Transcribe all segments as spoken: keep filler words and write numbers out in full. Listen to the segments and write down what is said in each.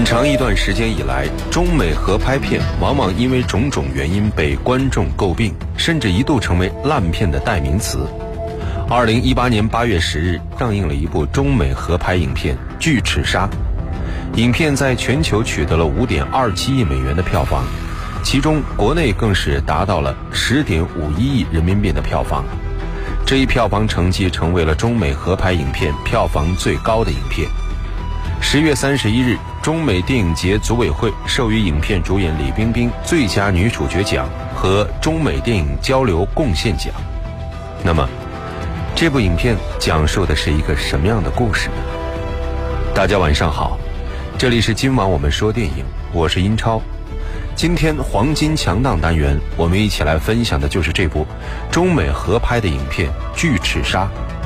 长一段时间以来，中美合拍片往往因为种种原因被观众诟病，甚至一度成为烂片的代名词。二零一八年八月十日上映了一部中美合拍影片《巨齿鲨》，影片在全球取得了五点二七亿美元的票房，其中国内更是达到了十点五一亿人民币的票房。这一票房成绩成为了中美合拍影片票房最高的影片。十月三十一日，中美电影节组委会授予影片主演李冰冰最佳女主角奖和中美电影交流贡献奖。那么，这部影片讲述的是一个什么样的故事呢？大家晚上好，这里是今晚我们说电影，我是英超。今天黄金强档单元，我们一起来分享的就是这部中美合拍的影片《巨齿鲨》。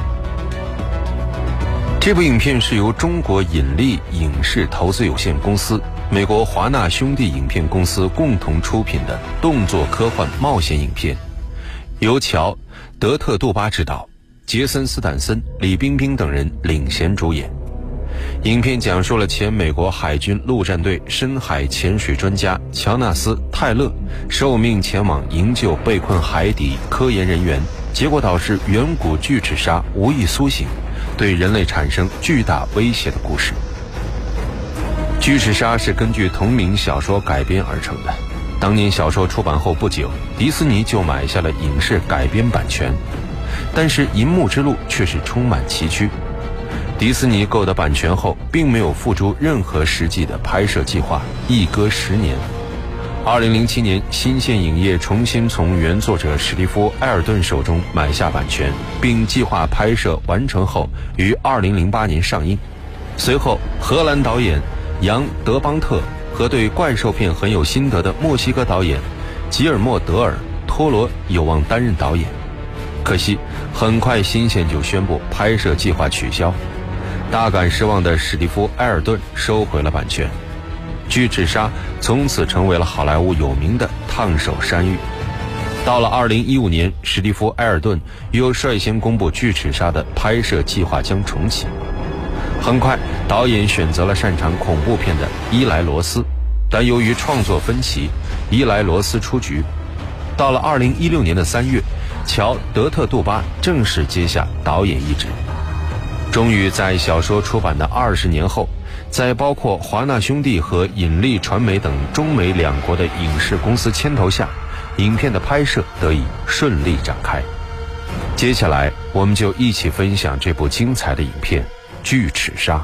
这部影片是由中国引力影视投资有限公司、美国华纳兄弟影片公司共同出品的动作科幻冒险影片，由乔·德特杜巴执导，杰森·斯坦森、李冰冰等人领衔主演。影片讲述了前美国海军陆战队深海潜水专家乔纳斯·泰勒受命前往营救被困海底科研人员，结果导致远古巨齿鲨无意苏醒，对人类产生巨大威胁的故事。巨齿鲨是根据同名小说改编而成的，当年小说出版后不久，迪士尼就买下了影视改编版权，但是银幕之路却是充满崎岖。迪士尼购得版权后，并没有付诸任何实际的拍摄计划，一搁十年。二零零七年，新线影业重新从原作者史蒂夫·埃尔顿手中买下版权，并计划拍摄完成后于二零零八年上映。随后，荷兰导演杨·德邦特和对怪兽片很有心得的墨西哥导演吉尔莫·德尔·托罗有望担任导演。可惜，很快新线就宣布拍摄计划取消。大感失望的史蒂夫·埃尔顿收回了版权，巨齿鲨从此成为了好莱坞有名的烫手山芋。到了二零一五年，史蒂夫·埃尔顿又率先公布巨齿鲨的拍摄计划将重启。很快，导演选择了擅长恐怖片的伊莱罗斯，但由于创作分歧，伊莱罗斯出局。到了二零一六年的三月，乔·德特杜巴正式接下导演一职。终于在小说出版的二十年后，在包括华纳兄弟和引力传媒等中美两国的影视公司牵头下，影片的拍摄得以顺利展开。接下来，我们就一起分享这部精彩的影片《巨齿鲨》。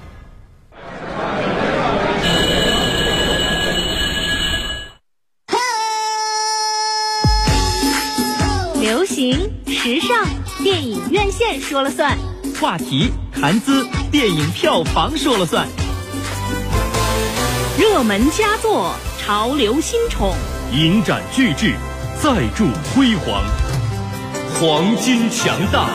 流行、时尚，电影院线说了算。 话题、谈资，电影票房说了算。 热门佳作，潮流新宠， 影展巨制，再铸辉煌。黄金强大。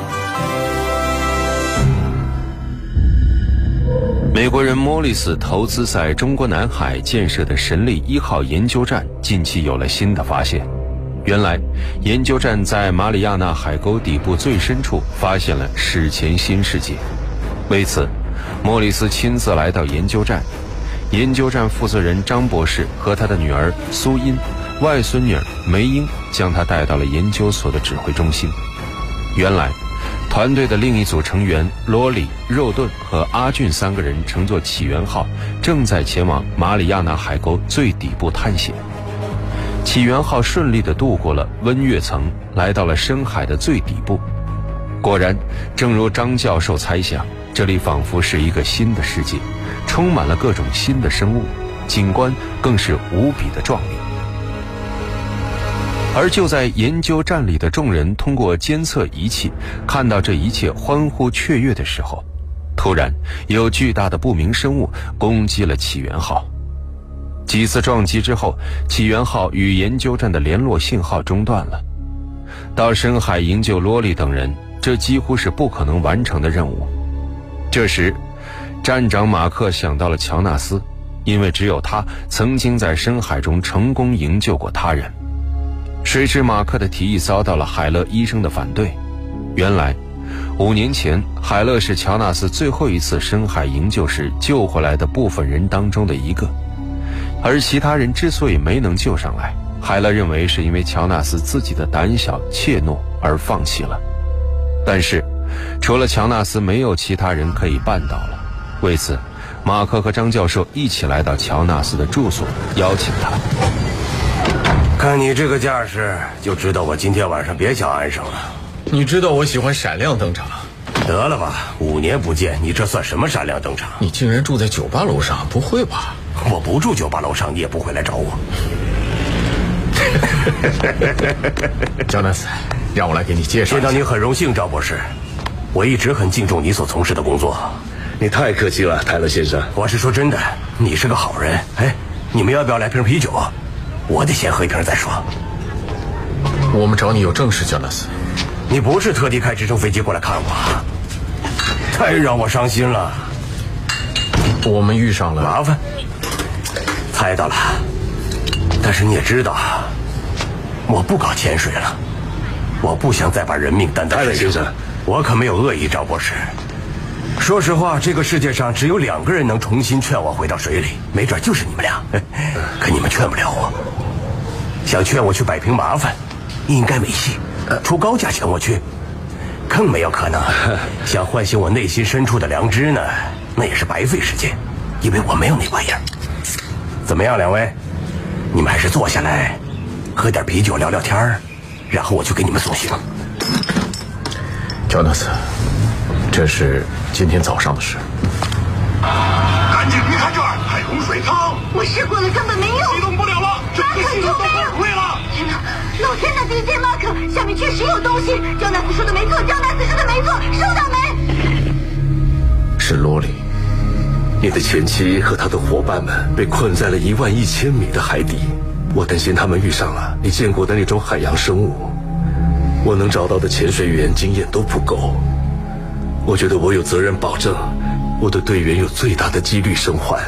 美国人莫里斯投资在中国南海建设的神力一号研究站近期有了新的发现。原来，研究站在马里亚纳海沟底部最深处发现了史前新世界。为此，莫里斯亲自来到研究站，研究站负责人张博士和他的女儿苏茵、外孙女梅英将他带到了研究所的指挥中心。原来，团队的另一组成员罗里、肉盾和阿俊三个人乘坐起源号，正在前往马里亚纳海沟最底部探险。起源号顺利地渡过了温跃层，来到了深海的最底部。果然，正如张教授猜想，这里仿佛是一个新的世界，充满了各种新的生物，景观更是无比的壮丽。而就在研究站里的众人通过监测仪器看到这一切欢呼雀跃的时候，突然有巨大的不明生物攻击了起源号。几次撞击之后，起源号与研究站的联络信号中断了。到深海营救罗莉等人，这几乎是不可能完成的任务。这时，站长马克想到了乔纳斯，因为只有他曾经在深海中成功营救过他人。谁知马克的提议遭到了海勒医生的反对。原来， 五年前，海勒是乔纳斯最后一次深海营救时救回来的部分人当中的一个，而其他人之所以没能救上来，海勒认为是因为乔纳斯自己的胆小怯懦而放弃了。但是除了乔纳斯，没有其他人可以办到了。为此，马克和张教授一起来到乔纳斯的住所，邀请他。 看你这个架势，就知道我今天晚上别想安生了。 你知道我喜欢闪亮登场。 得了吧，五年不见，你这算什么闪亮登场？ 你竟然住在酒吧楼上，不会吧？ 我不住酒吧楼上，你也不会来找我。 乔纳斯，让我来给你介绍。 见到你很荣幸，赵博士。我一直很敬重你所从事的工作。 你太客气了，泰勒先生。 我是说真的，你是个好人。哎，你们要不要来瓶啤酒？我得先喝一瓶再说。 我们找你有正事，乔纳斯。 你不是特地开直升飞机过来看我？太让我伤心了。 我们遇上了麻烦。猜到了，但是你也知道，我不搞潜水了。我不想再把人命担在身上。 先生， 我可没有恶意，赵博士。说实话，这个世界上只有两个人能重新劝我回到水里，没准就是你们俩。可你们劝不了我。想劝我去摆平麻烦，应该没戏。出高价请我去，更没有可能。想唤醒我内心深处的良知呢，那也是白费时间，因为我没有那玩意儿。怎么样，两位？你们还是坐下来，喝点啤酒聊聊天儿，然后我就给你们送行。 乔纳斯，这是今天早上的事。 赶紧离开这儿，海龙水汤。 我试过了，根本没用。 启动不了了，整个系统都崩溃了。 天哪，老天的 D J Mark， 下面确实有东西。焦纳斯说的没错，焦纳斯说的没错，收到没？ 是罗莉。 你的前妻和他的伙伴们被困在了一万一千米的海底，我担心他们遇上了你见过的那种海洋生物。我能找到的潜水员经验都不够，我觉得我有责任保证我的队员有最大的几率生还。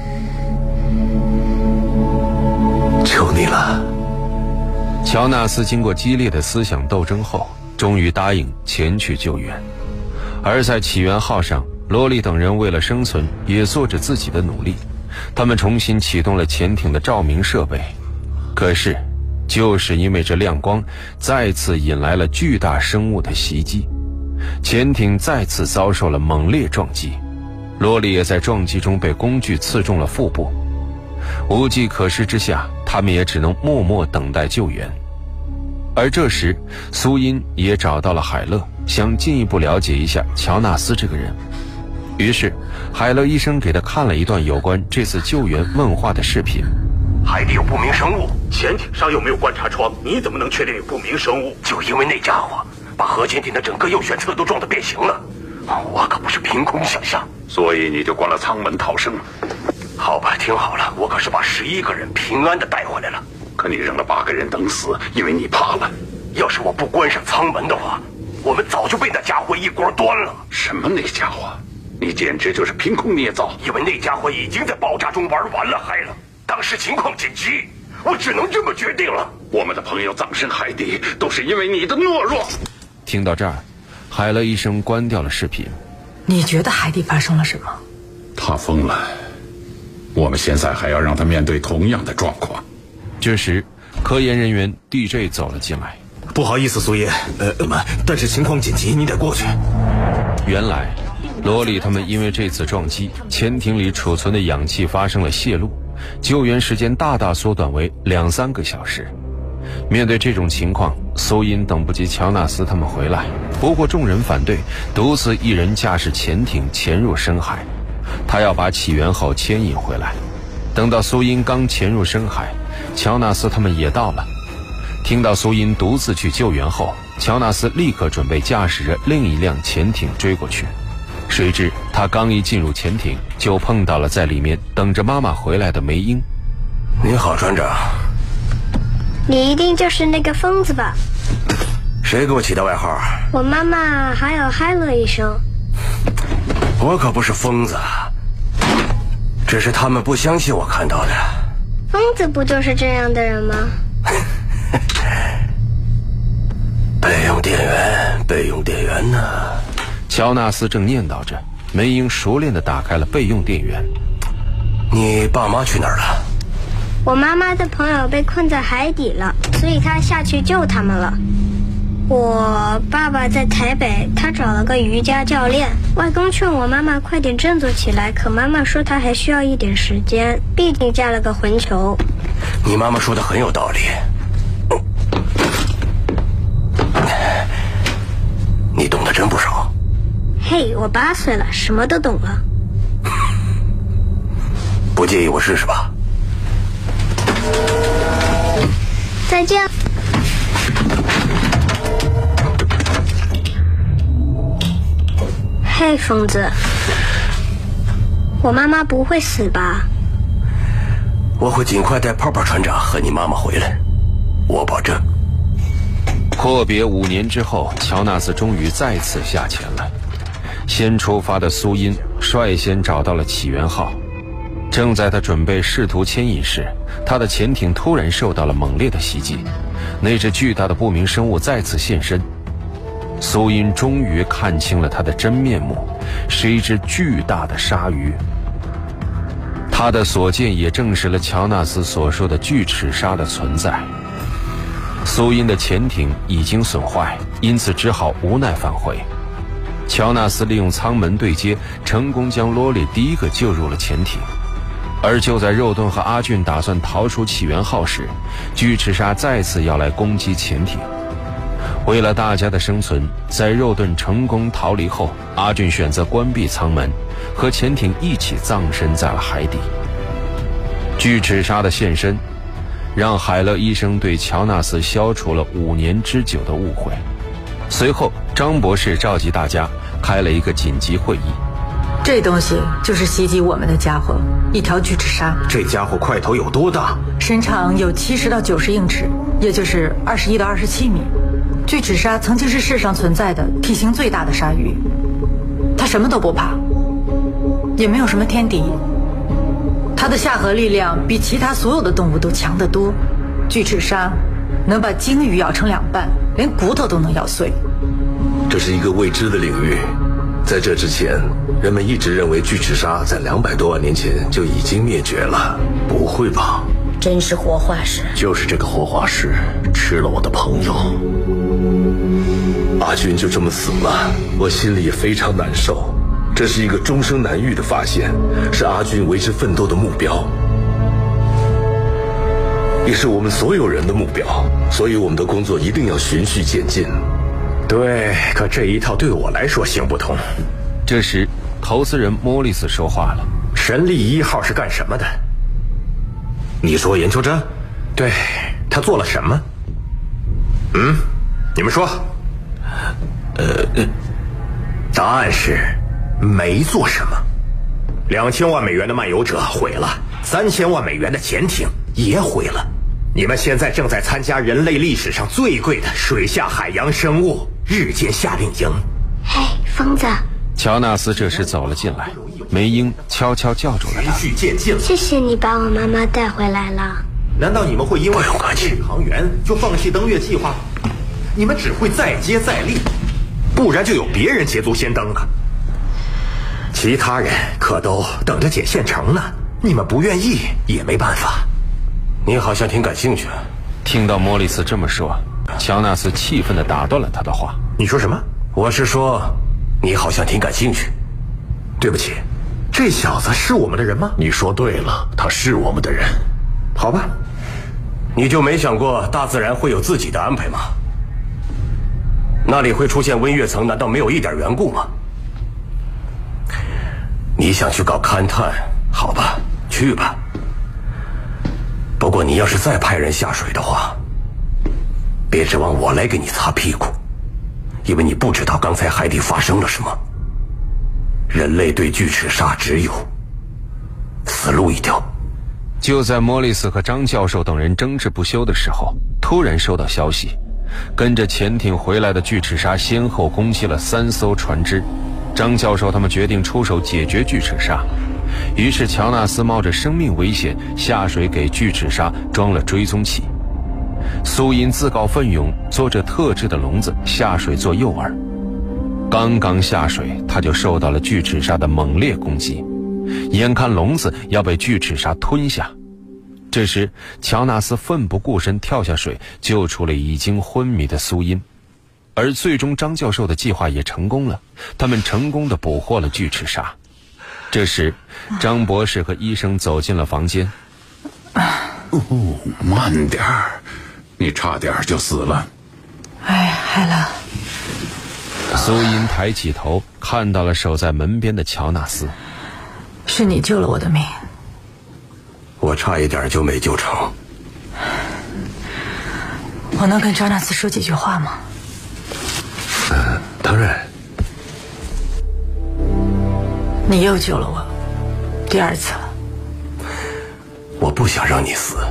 求你了。 乔纳斯经过激烈的思想斗争后，终于答应前去救援。而在起源号上，罗莉等人为了生存也做着自己的努力，他们重新启动了潜艇的照明设备。可是就是因为这亮光再次引来了巨大生物的袭击，潜艇再次遭受了猛烈撞击，罗莉也在撞击中被工具刺中了腹部。无计可施之下，他们也只能默默等待救援。而这时苏因也找到了海勒，想进一步了解一下乔纳斯这个人。于是海勒医生给他看了一段有关这次救援问话的视频。 海底有不明生物， 潜艇上又没有观察窗，你怎么能确定有不明生物？ 就因为那家伙把核潜艇的整个右舷侧都撞得变形了，我可不是凭空想象。 所以你就关了舱门逃生了。 好吧，听好了，我可是把十一个人平安的带回来了。 可你扔了八个人等死，因为你怕了。 要是我不关上舱门的话，我们早就被那家伙一锅端了。 什么那家伙？你简直就是凭空捏造。 因为那家伙已经在爆炸中玩完了，嗨了。当时情况紧急，我只能这么决定了。 我们的朋友葬身海底，都是因为你的懦弱。 听到这儿，海勒医生关掉了视频。 你觉得海底发生了什么？ 他疯了。我们现在还要让他面对同样的状况。 这时科研人员 D J 走了进来。 不好意思，苏叶，呃，但是情况紧急，你得过去。 原来罗莉他们因为这次撞击，潜艇里储存的氧气发生了泄露，救援时间大大缩短为两三个小时。面对这种情况，苏因等不及乔纳斯他们回来，不过众人反对，独自一人驾驶潜艇潜入深海。他要把起源号牵引回来。等到苏因刚潜入深海，乔纳斯他们也到了。听到苏因独自去救援后，乔纳斯立刻准备驾驶着另一辆潜艇追过去。谁知他刚一进入潜艇，就碰到了在里面等着妈妈回来的梅英。 你好，船长。 你一定就是那个疯子吧？ 谁给我起的外号？ 我妈妈还有海勒医生。 我可不是疯子，只是他们不相信我看到的。 疯子不就是这样的人吗？ 备用电源，备用电源呢？ 乔纳斯正念叨着，梅英熟练地打开了备用电源。 你爸妈去哪儿了？ 我妈妈的朋友被困在海底了，所以她下去救他们了。我爸爸在台北，他找了个瑜伽教练。外公劝我妈妈快点振作起来，可妈妈说她还需要一点时间，毕竟嫁了个混球。 你妈妈说的很有道理。你懂得真不少。 嘿，我八岁了，什么都懂了。 不介意我试试吧？ 再见。嘿，疯子，我妈妈不会死吧？ 我会尽快带泡泡船长和你妈妈回来，我保证。 阔别五年之后，乔纳斯终于再次下潜了。先出发的苏因率先找到了起源号，正在他准备试图牵引时，他的潜艇突然受到了猛烈的袭击，那只巨大的不明生物再次现身。苏因终于看清了它的真面目，是一只巨大的鲨鱼。他的所见也证实了乔纳斯所说的巨齿鲨的存在。苏因的潜艇已经损坏，因此只好无奈返回。乔纳斯利用舱门对接，成功将罗莉第一个救入了潜艇。而就在肉盾和阿俊打算逃出起源号时，巨齿鲨再次要来攻击潜艇。为了大家的生存，在肉盾成功逃离后，阿俊选择关闭舱门，和潜艇一起葬身在了海底。巨齿鲨的现身，让海勒医生对乔纳斯消除了五年之久的误会。随后，张博士召集大家开了一个紧急会议。 这东西就是袭击我们的家伙，一条巨齿鲨。 这家伙块头有多大？ 身长有七十到九十英尺，也就是二十一到二十七米。巨齿鲨曾经是世上存在的体型最大的鲨鱼，它什么都不怕，也没有什么天敌。它的下颌力量比其他所有的动物都强得多。巨齿鲨能把鲸鱼咬成两半，连骨头都能咬碎。 这是一个未知的领域，在这之前，人们一直认为巨齿鲨在两百多万年前就已经灭绝了。不会吧？ 真是活化石。 就是这个活化石吃了我的朋友。 阿俊就这么死了，我心里也非常难受。这是一个终生难遇的发现，是阿俊为之奋斗的目标，也是我们所有人的目标。所以我们的工作一定要循序渐进。 对，可这一套对我来说行不通。 这时，投资人莫里斯说话了：“ 神力一号是干什么的？” 你说研究着？ 对，他做了什么？嗯，你们说。呃，答案是没做什么。两千万美元的漫游者毁了，三千万美元的潜艇也毁了。你们现在正在参加人类历史上最贵的水下海洋生物日间夏令营。 嘿，疯子！ 乔纳斯这时走了进来，梅英悄悄叫住了他。 循序渐进。 谢谢你把我妈妈带回来了。 难道你们会因为宇航员就放弃登月计划？你们只会再接再厉，不然就有别人捷足先登了。其他人可都等着捡现成呢，你们不愿意也没办法。你好像挺感兴趣。 听到莫里斯这么说，乔纳斯气愤地打断了他的话。 你说什么？我是说，你好像挺感兴趣。对不起，这小子是我们的人吗？ 你说对了，他是我们的人。 好吧，你就没想过大自然会有自己的安排吗？那里会出现温跃层，难道没有一点缘故吗？你想去搞勘探，好吧，去吧。不过你要是再派人下水的话，别指望我来给你擦屁股，因为你不知道刚才海底发生了什么。人类对巨齿鲨只有死路一条。 就在莫里斯和张教授等人争执不休的时候，突然收到消息，跟着潜艇回来的巨齿鲨先后攻击了三艘船只。张教授他们决定出手解决巨齿鲨，于是乔纳斯冒着生命危险下水给巨齿鲨装了追踪器。苏因自告奋勇，坐着特制的笼子下水做诱饵。 刚刚下水，他就受到了巨齿鲨的猛烈攻击，眼看笼子要被巨齿鲨吞下。这时乔纳斯奋不顾身跳下水，救出了已经昏迷的苏因。而最终张教授的计划也成功了，他们成功地捕获了巨齿鲨。这时张博士和医生走进了房间。 哦，慢点儿，你差点就死了。 哎，海伦。 苏因抬起头，看到了守在门边的乔纳斯。 是你救了我的命。 我差一点就没救成。 我能跟乔纳斯说几句话吗？ 嗯，当然。 你又救了我，第二次了。 我不想让你死。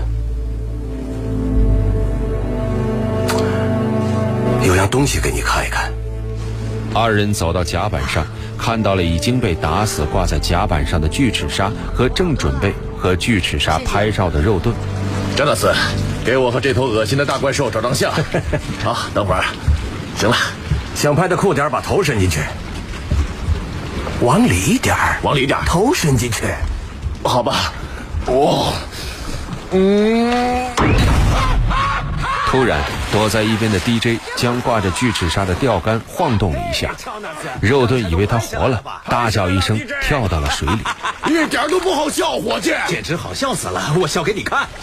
有样东西给你看一看。 二人走到甲板上，看到了已经被打死挂在甲板上的巨齿鲨和正准备和巨齿鲨拍照的肉盾。 詹纳斯，给我和这头恶心的大怪兽照张相。好，等会儿。行了， 想拍的酷点，把头伸进去。往里一点， 往里一点， 头伸进去。 好吧。哦，嗯。 突然，躲在一边的 D J 将挂着巨齿鲨的钓竿晃动了一下，肉盾以为他活了，大叫一声，跳到了水里。 一点都不好笑，伙计！ 简直好笑死了，我笑给你看。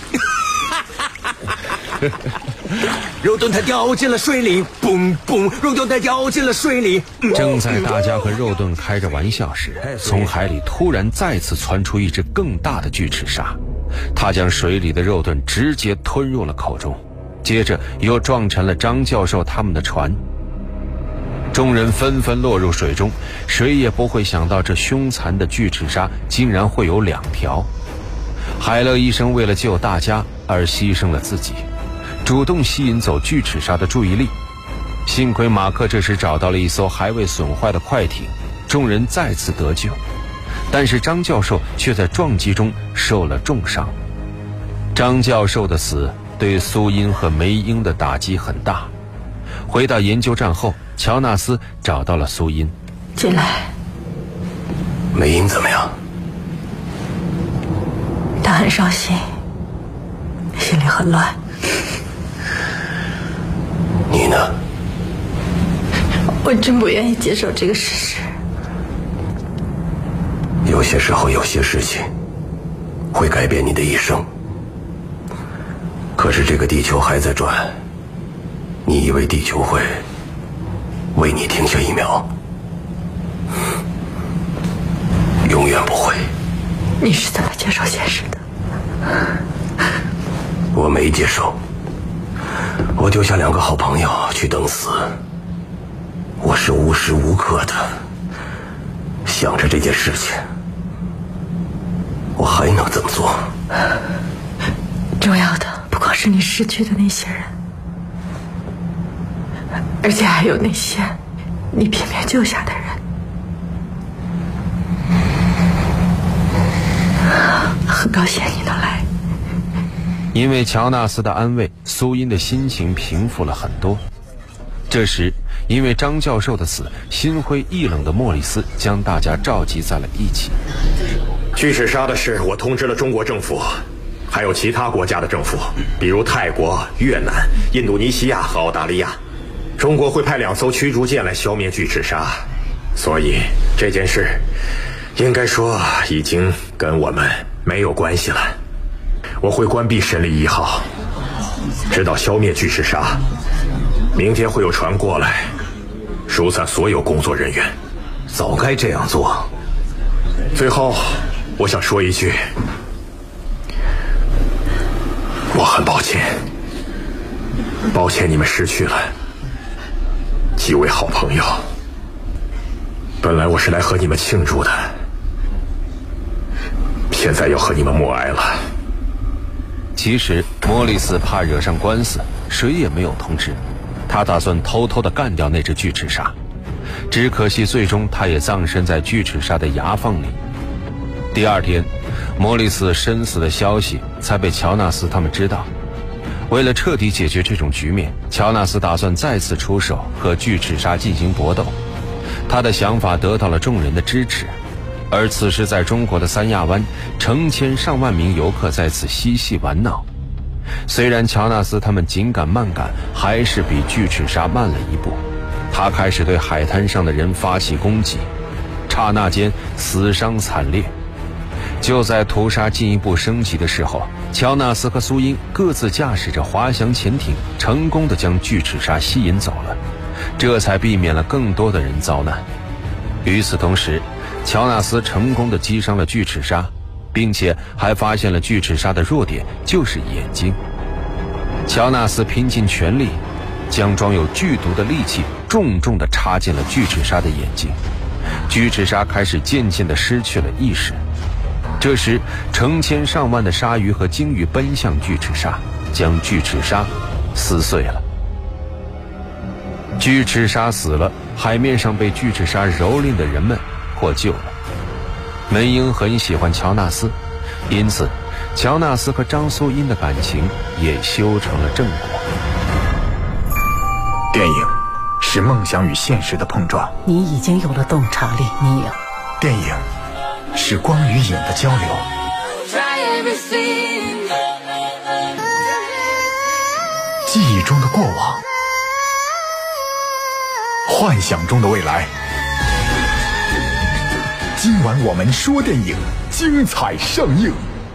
肉盾它掉进了水里，嘣嘣！肉盾它掉进了水里。 正在大家和肉盾开着玩笑时，从海里突然再次窜出一只更大的巨齿鲨，它将水里的肉盾直接吞入了口中。接着又撞沉了张教授他们的船，众人纷纷落入水中，谁也不会想到这凶残的巨齿鲨竟然会有两条。海勒医生为了救大家而牺牲了自己，主动吸引走巨齿鲨的注意力。幸亏马克这时找到了一艘还未损坏的快艇，众人再次得救，但是张教授却在撞击中受了重伤。张教授的死对苏因和梅英的打击很大。回到研究站后，乔纳斯找到了苏因。 进来。 梅英怎么样？ 他很伤心，心里很乱。 你呢？ 我真不愿意接受这个事实。 有些时候，有些事情会改变你的一生。可是这个地球还在转，你以为地球会为你停下一秒？永远不会。 你是怎么接受现实的？ 我没接受，我丢下两个好朋友去等死。我是无时无刻的想着这件事情，我还能怎么做？ 重要的不光是你失去的那些人，而且还有那些你偏偏救下的人。很高兴你能来。 因为乔纳斯的安慰，苏因的心情平复了很多。这时因为张教授的死，心灰意冷的莫里斯将大家召集在了一起。 巨齿鲨的事我通知了中国政府，还有其他国家的政府，比如泰国、越南、印度尼西亚和澳大利亚。中国会派两艘驱逐舰来消灭巨齿鲨，所以这件事应该说已经跟我们没有关系了。我会关闭神力一号，直到消灭巨齿鲨。明天会有船过来，疏散所有工作人员。 早该这样做。 最后，我想说一句，我很抱歉，抱歉你们失去了几位好朋友。本来我是来和你们庆祝的，现在要和你们默哀了。 其实莫里斯怕惹上官司，谁也没有通知。他打算偷偷地干掉那只巨齿鲨，只可惜最终他也葬身在巨齿鲨的牙缝里。第二天，莫里斯身死的消息才被乔纳斯他们知道。为了彻底解决这种局面，乔纳斯打算再次出手和巨齿鲨进行搏斗。 他的想法得到了众人的支持。而此时在中国的三亚湾，成千上万名游客在此嬉戏玩闹。虽然乔纳斯他们紧赶慢赶，还是比巨齿鲨慢了一步。他开始对海滩上的人发起攻击，刹那间死伤惨烈。就在屠杀进一步升级的时候，乔纳斯和苏英各自驾驶着滑翔潜艇，成功地将巨齿鲨吸引走了，这才避免了更多的人遭难。与此同时，乔纳斯成功地击伤了巨齿鲨，并且还发现了巨齿鲨的弱点就是眼睛。乔纳斯拼尽全力，将装有剧毒的利器重重地插进了巨齿鲨的眼睛。巨齿鲨开始渐渐地失去了意识。这时，成千上万的鲨鱼和鲸鱼奔向巨齿鲨，将巨齿鲨撕碎了。巨齿鲨死了，海面上被巨齿鲨蹂躏的人们获救了。门英很喜欢乔纳斯，因此乔纳斯和张苏英的感情也修成了正果。 电影是梦想与现实的碰撞， 你已经有了洞察力，你有。 电影是光与影的交流，记忆中的过往，幻想中的未来。今晚我们说电影，精彩上映。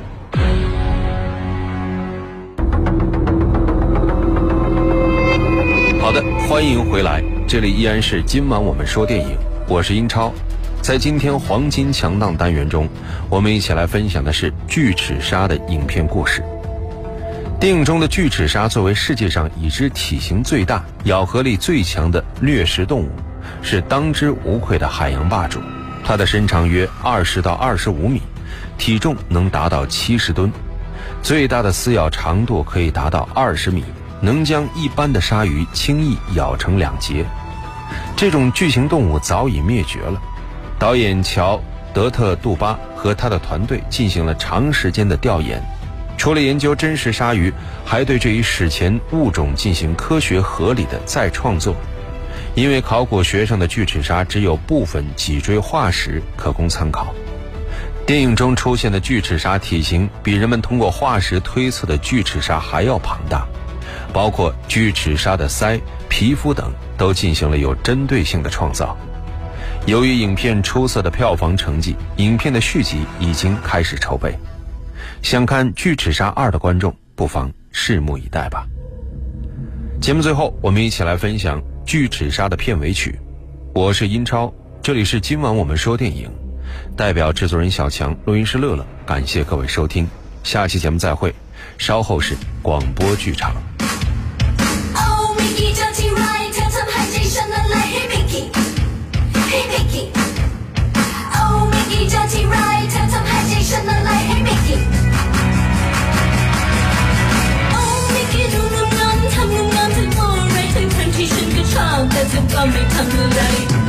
好的，欢迎回来，这里依然是今晚我们说电影，我是英超。在今天黄金强档单元中，我们一起来分享的是巨齿鲨的影片故事。电影中的巨齿鲨作为世界上已知体型最大、咬合力最强的掠食动物，是当之无愧的海洋霸主。它的身长约二十到二十五米，体重能达到七十吨，最大的撕咬长度可以达到二十米，能将一般的鲨鱼轻易咬成两截。这种巨型动物早已灭绝了。导演乔·德特杜巴和他的团队进行了长时间的调研，除了研究真实鲨鱼，还对这一史前物种进行科学合理的再创作。因为考古学上的巨齿鲨只有部分脊椎化石可供参考，电影中出现的巨齿鲨体型比人们通过化石推测的巨齿鲨还要庞大，包括巨齿鲨的鳃、皮肤等都进行了有针对性的创造。由于影片出色的票房成绩，影片的续集已经开始筹备。想看《巨齿鲨二》的观众不妨拭目以待吧。节目最后，我们一起来分享《巨齿鲨》的片尾曲。我是英超，这里是今晚我们说电影，代表制作人小强，录音师乐乐，感谢各位收听，下期节目再会。稍后是广播剧场。 ทำงานถึงโมไรถึงทันที่ฉันก็ชอบแต่เธอก็ไม่ทำอะไร